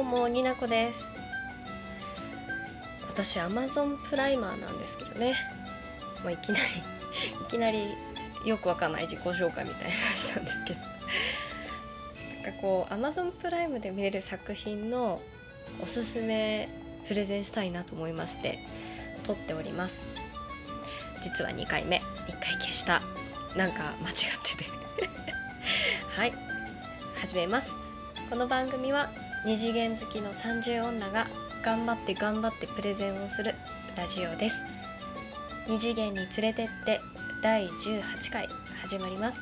もになこです。私 Amazon プライマーなんですけどね、いきなりよくわかんない自己紹介みたいなしたんですけどAmazon プライムで見れる作品のおすすめプレゼンしたいなと思いまして撮っております。実は2回目、1回消した、なんか間違っててはい、始めます。この番組は二次元好きの30女が頑張ってプレゼンをするラジオです。二次元に連れてって第18回始まります。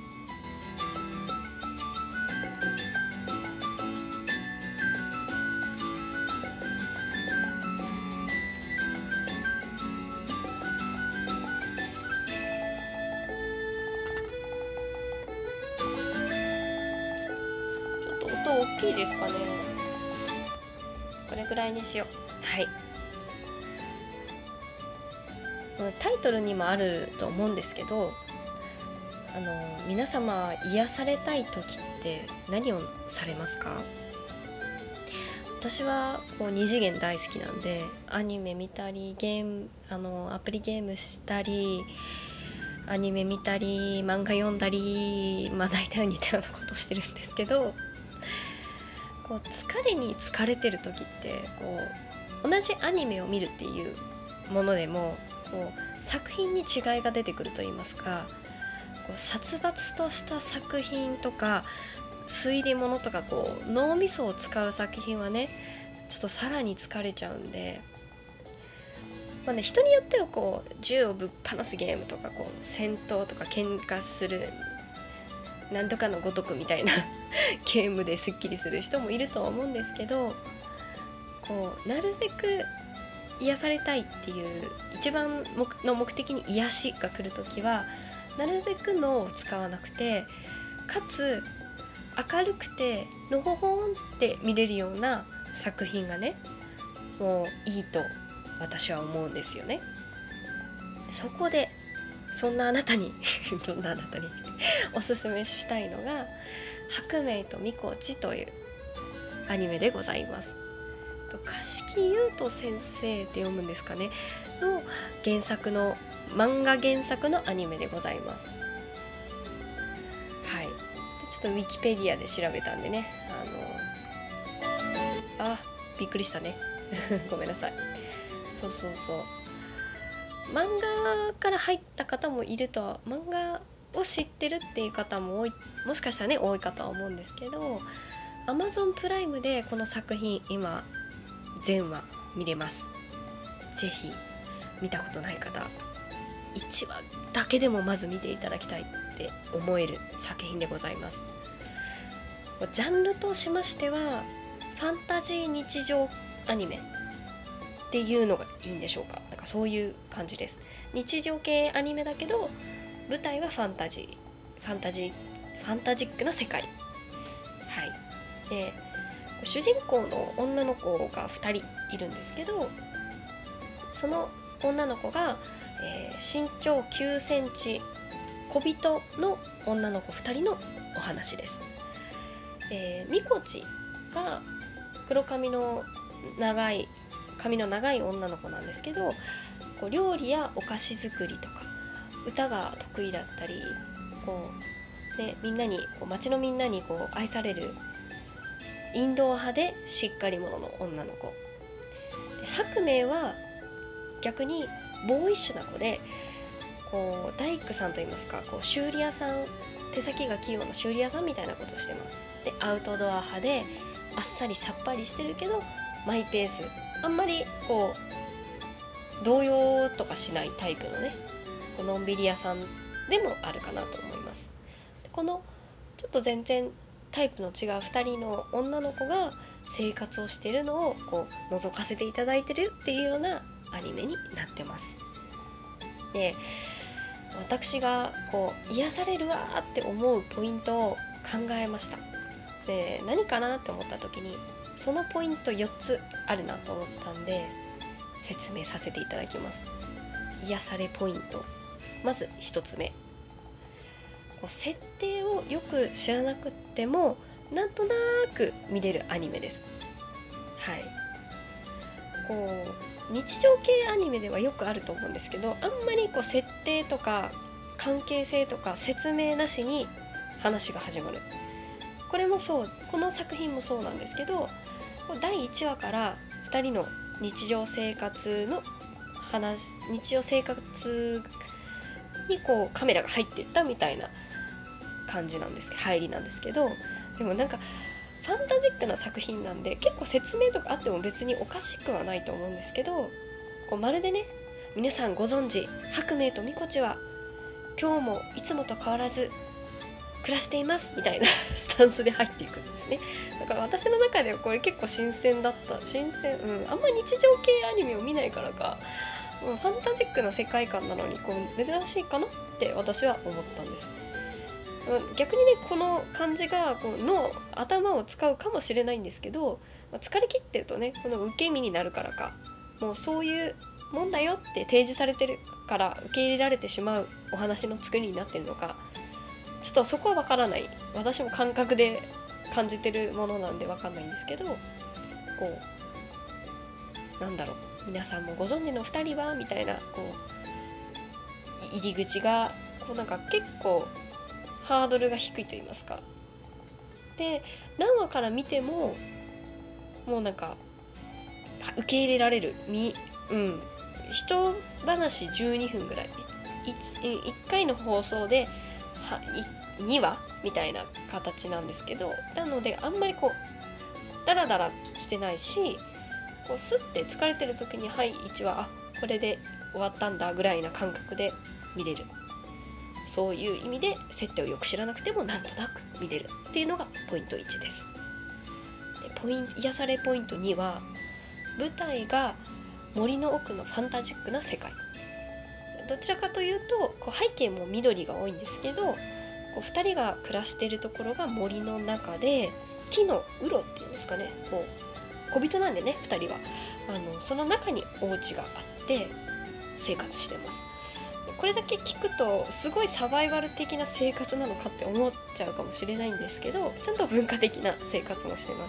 ちょっと音大きいですかね。これぐらいにしよう。はい、タイトルにもあると思うんですけど、皆様癒されたい時って何をされますか？私は二次元大好きなんで、アニメ見たりアプリゲームしたり、アニメ見たり漫画読んだり、大体似たようなことしてるんですけど、疲れに疲れてる時って同じアニメを見るっていうものでも作品に違いが出てくると言いますか、殺伐とした作品とか推理物とか脳みそを使う作品はね、ちょっとさらに疲れちゃうんで、人によっては銃をぶっ放すゲームとか戦闘とか喧嘩するなんとかのごとくみたいなゲームですっきりする人もいるとは思うんですけど、なるべく癒されたいっていう一番の目的に癒しが来るときは、なるべく脳を使わなくて、かつ明るくてのほほんって見れるような作品がね、もういいと私は思うんですよね。そこでそんなあなたにおすすめしたいのが白明とみこちというアニメでございます。樫木優斗先生って読むんですかねの漫画原作のアニメでございます。はい。でちょっとウィキペディアで調べたんでね、びっくりしたねごめんなさい。そう漫画から入った方もいるとは、漫画を知ってるっていう方ももしかしたらね多いかとは思うんですけど、 Amazon プライムでこの作品今全話見れます。ぜひ見たことない方、1話だけでもまず見ていただきたいって思える作品でございます。ジャンルとしましてはファンタジー日常アニメっていうのがいいんでしょうか。そういう感じです。日常系アニメだけど舞台はファンタジックな世界。はい。で主人公の女の子が2人いるんですけど、その女の子が、身長9センチ小人の女の子2人のお話です。みこちが黒髪の長い女の子なんですけど、料理やお菓子作りとか歌が得意だったり、町のみんなに愛されるインドア派でしっかり者の女の子で、白明は逆にボーイッシュな子で大工さんといいますか、修理屋さん、手先が器用な修理屋さんみたいなことをしてます。でアウトドア派であっさりさっぱりしてるけどマイペース、あんまり動揺とかしないタイプのね、のんびり屋さんでもあるかなと思います。このちょっと全然タイプの違う2人の女の子が生活をしているのを覗かせていただいてるっていうようなアニメになってます。で私が癒されるわって思うポイントを考えました。で何かなって思った時にそのポイント4つあるなと思ったんで説明させていただきます。癒されポイント、まず1つ目、設定をよく知らなくってもなんとなく見れるアニメです。 こう日常系アニメではよくあると思うんですけど、あんまりこう設定とか関係性とか説明なしに話が始まる。これもそう、この作品もそうなんですけど、第1話から2人の日常生活の話、日常生活にこうカメラが入っていったみたいな感じなんですけど、入りなんですけど、でもなんかファンタジックな作品なんで結構説明とかあっても別におかしくはないと思うんですけど、こうまるでね、皆さんご存知白明とみこちは今日もいつもと変わらず暮らしていますみたいなスタンスで入っていくんですね。だから私の中ではこれ結構新鮮だった。あんま日常系アニメを見ないからか、ファンタジックな世界観なのにこう珍しいかなって私は思ったんです。逆にね、この感じがこう頭を使うかもしれないんですけど、疲れ切ってるとね、この受け身になるからか、もうそういうもんだよって提示されてるから受け入れられてしまうお話の作りになってるのか、ちょっとそこはわからない。私も感覚で感じてるものなんでわかんないんですけど、こうなんだろう、皆さんもご存知の2人はみたいな、こう入り口がこうなんか結構ハードルが低いと言いますか。で、何話から見てももうなんか受け入れられる。一話12分ぐらい、1回の放送で2話みたいな形なんですけど、なのであんまりこうダラダラしてないし、こうスッて疲れてる時にはい1話これで終わったんだぐらいな感覚で見れる。そういう意味で設定をよく知らなくてもなんとなく見れるっていうのがポイント1です。で、癒されポイント2は、舞台が森の奥のファンタジックな世界。どちらかというとこう背景も緑が多いんですけど、こう2人が暮らしているところが森の中で、木のうろっていうんですかね、こう小人なんでね、2人はその中にお家があって生活してます。これだけ聞くとすごいサバイバル的な生活なのかって思っちゃうかもしれないんですけど、ちゃんと文化的な生活もしてます。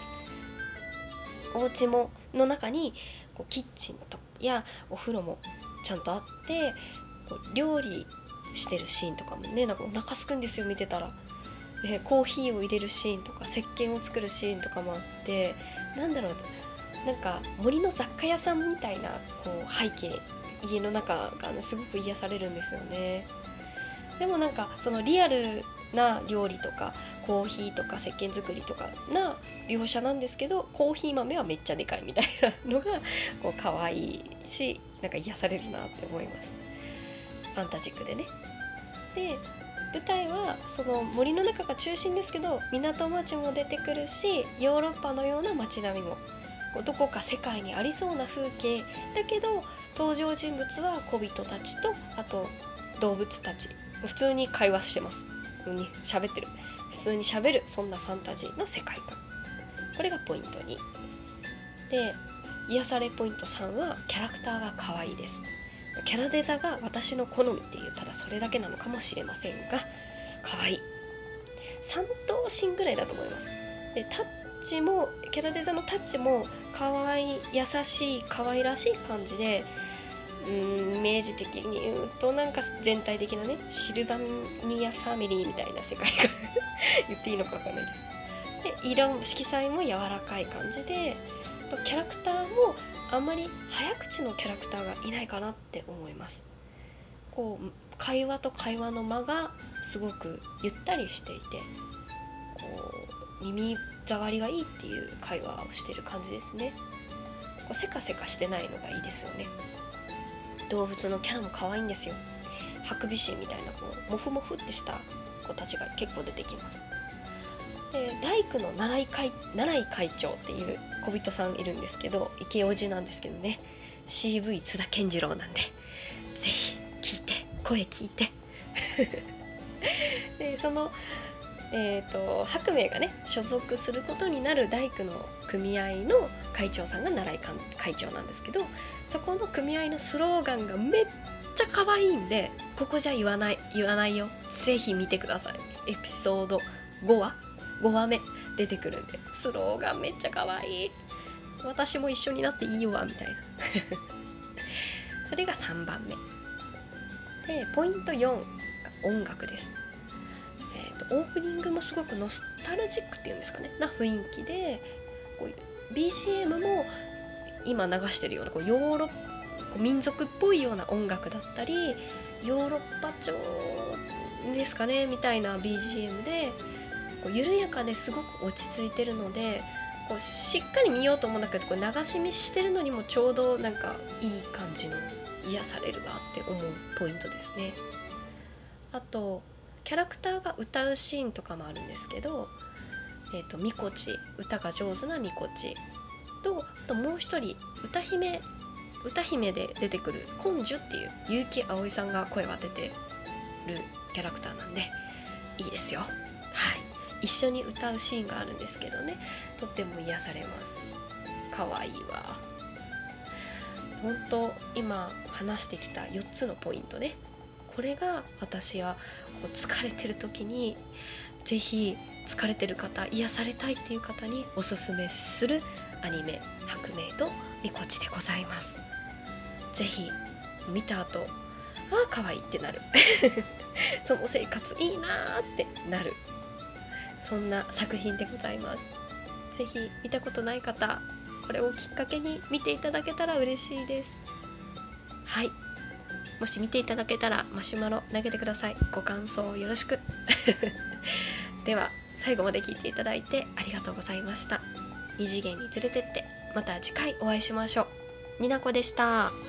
お家もの中にこうキッチンとやお風呂もちゃんとあって、料理してるシーンとかもね、なんかお腹すくんですよ見てたら。コーヒーを入れるシーンとか石鹸を作るシーンとかもあって、なんだろう、なんか森の雑貨屋さんみたいなこう背景、家の中がすごく癒されるんですよね。でもなんかそのリアルな料理とかコーヒーとか石鹸作りとかな描写なんですけど、コーヒー豆はめっちゃでかいみたいなのがこう可愛いし、なんか癒されるなって思います。ファンタジックでね。で、舞台はその森の中が中心ですけど、港町も出てくるし、ヨーロッパのような街並みもどこか世界にありそうな風景だけど、登場人物は小人たちとあと動物たち、普通に会話してます。喋ってる、普通に喋る、そんなファンタジーの世界観。これがポイント2で、癒されポイント3はキャラクターが可愛いです。キャラデザが私の好みっていう、ただそれだけなのかもしれませんが可愛い。3頭身ぐらいだと思います。で、タッチもキャラデザのタッチも可愛い、優しい、可愛らしい感じで、イメージ的に言うとなんか全体的なね、シルバニアファミリーみたいな世界が言っていいのか分かんないです。で、色彩も柔らかい感じで、キャラクターもあんまり早口のキャラクターがいないかなって思います。こう会話と会話の間がすごくゆったりしていて、こう耳障りがいいっていう会話をしてる感じですね。こうせかせかしてないのがいいですよね。動物のキャラも可愛いんですよ。ハクビシンみたいなこうモフモフってした子たちが結構出てきます。で、大工の奈良井会長っていう小人さんいるんですけど、池叔父なんですけどね、 CV 津田健次郎なんで、ぜひ聞いて、声聞いてで、その白明がね所属することになる大工の組合の会長さんが奈良井会長なんですけど、そこの組合のスローガンがめっちゃ可愛いんで、ここじゃ言わないよ、ぜひ見てください。エピソード5話目出てくるんで、スローガンめっちゃ可愛い。 私も一緒になっていいわみたいなそれが3番目で、ポイント4が音楽です。オープニングもすごくノスタルジックっていうんですかねな雰囲気で、こう BGM も今流してるようなこうヨーロッパ民族っぽいような音楽だったり、ヨーロッパ調ですかねみたいな BGM でこう緩やかですごく落ち着いてるので、こうしっかり見ようと思うんだけどこう流し見してるのにもちょうどなんかいい感じの癒されるわって思うポイントですね。あとキャラクターが歌うシーンとかもあるんですけど、みこち、歌が上手なみこちと、あともう一人歌姫で出てくるコンジュっていう結城葵さんが声を当ててるキャラクターなんでいいですよ。はい、一緒に歌うシーンがあるんですけどね、とっても癒されます。かわいいわ。本当今話してきた4つのポイントね、これが私はこう疲れてる時にぜひ疲れてる方、癒されたいっていう方におすすめするアニメ白明とみこちでございます。ぜひ見た後、可愛いってなるその生活いいなってなる、そんな作品でございます。ぜひ見たことない方、これをきっかけに見ていただけたら嬉しいです。はい、もし見ていただけたらマシュマロ投げてください。ご感想よろしくでは最後まで聞いていただいてありがとうございました。二次元に連れてって、また次回お会いしましょう。になこでした。